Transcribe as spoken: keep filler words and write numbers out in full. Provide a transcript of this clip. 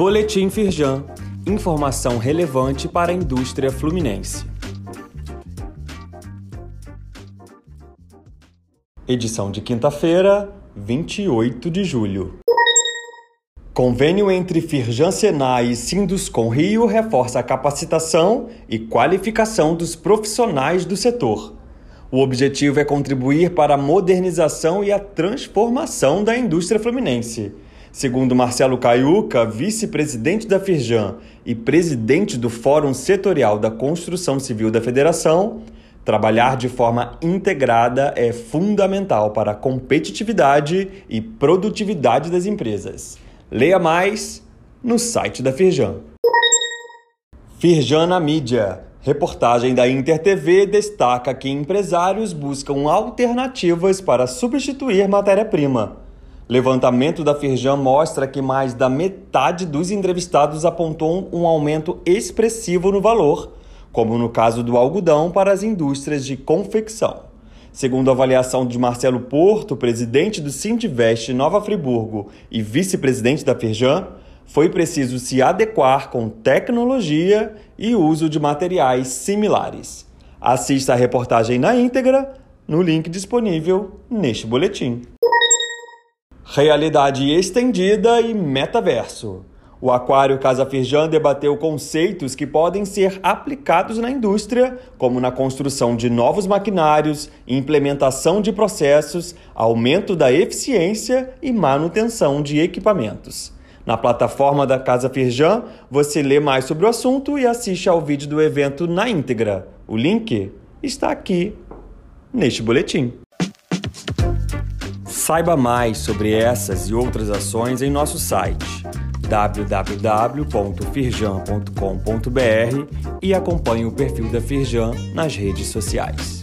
Boletim Firjan. Informação relevante para a indústria fluminense. Edição de quinta-feira, vinte e oito de julho. Convênio entre Firjan Senai e Sinduscon Rio reforça a capacitação e qualificação dos profissionais do setor. O objetivo é contribuir para a modernização e a transformação da indústria fluminense. Segundo Marcelo Caiuca, vice-presidente da Firjan e presidente do Fórum Setorial da Construção Civil da Federação, trabalhar de forma integrada é fundamental para a competitividade e produtividade das empresas. Leia mais no site da Firjan. Firjan na mídia. Reportagem da Inter T V destaca que empresários buscam alternativas para substituir matéria-prima. Levantamento da Firjan mostra que mais da metade dos entrevistados apontou um aumento expressivo no valor, como no caso do algodão para as indústrias de confecção. Segundo a avaliação de Marcelo Porto, presidente do Sindivest Nova Friburgo e vice-presidente da Firjan, foi preciso se adequar com tecnologia e uso de materiais similares. Assista a reportagem na íntegra no link disponível neste boletim. Realidade estendida e metaverso. O Aquário Casa Firjan debateu conceitos que podem ser aplicados na indústria, como na construção de novos maquinários, implementação de processos, aumento da eficiência e manutenção de equipamentos. Na plataforma da Casa Firjan, você lê mais sobre o assunto e assiste ao vídeo do evento na íntegra. O link está aqui neste boletim. Saiba mais sobre essas e outras ações em nosso site w w w ponto firjan ponto com ponto b r e acompanhe o perfil da Firjan nas redes sociais.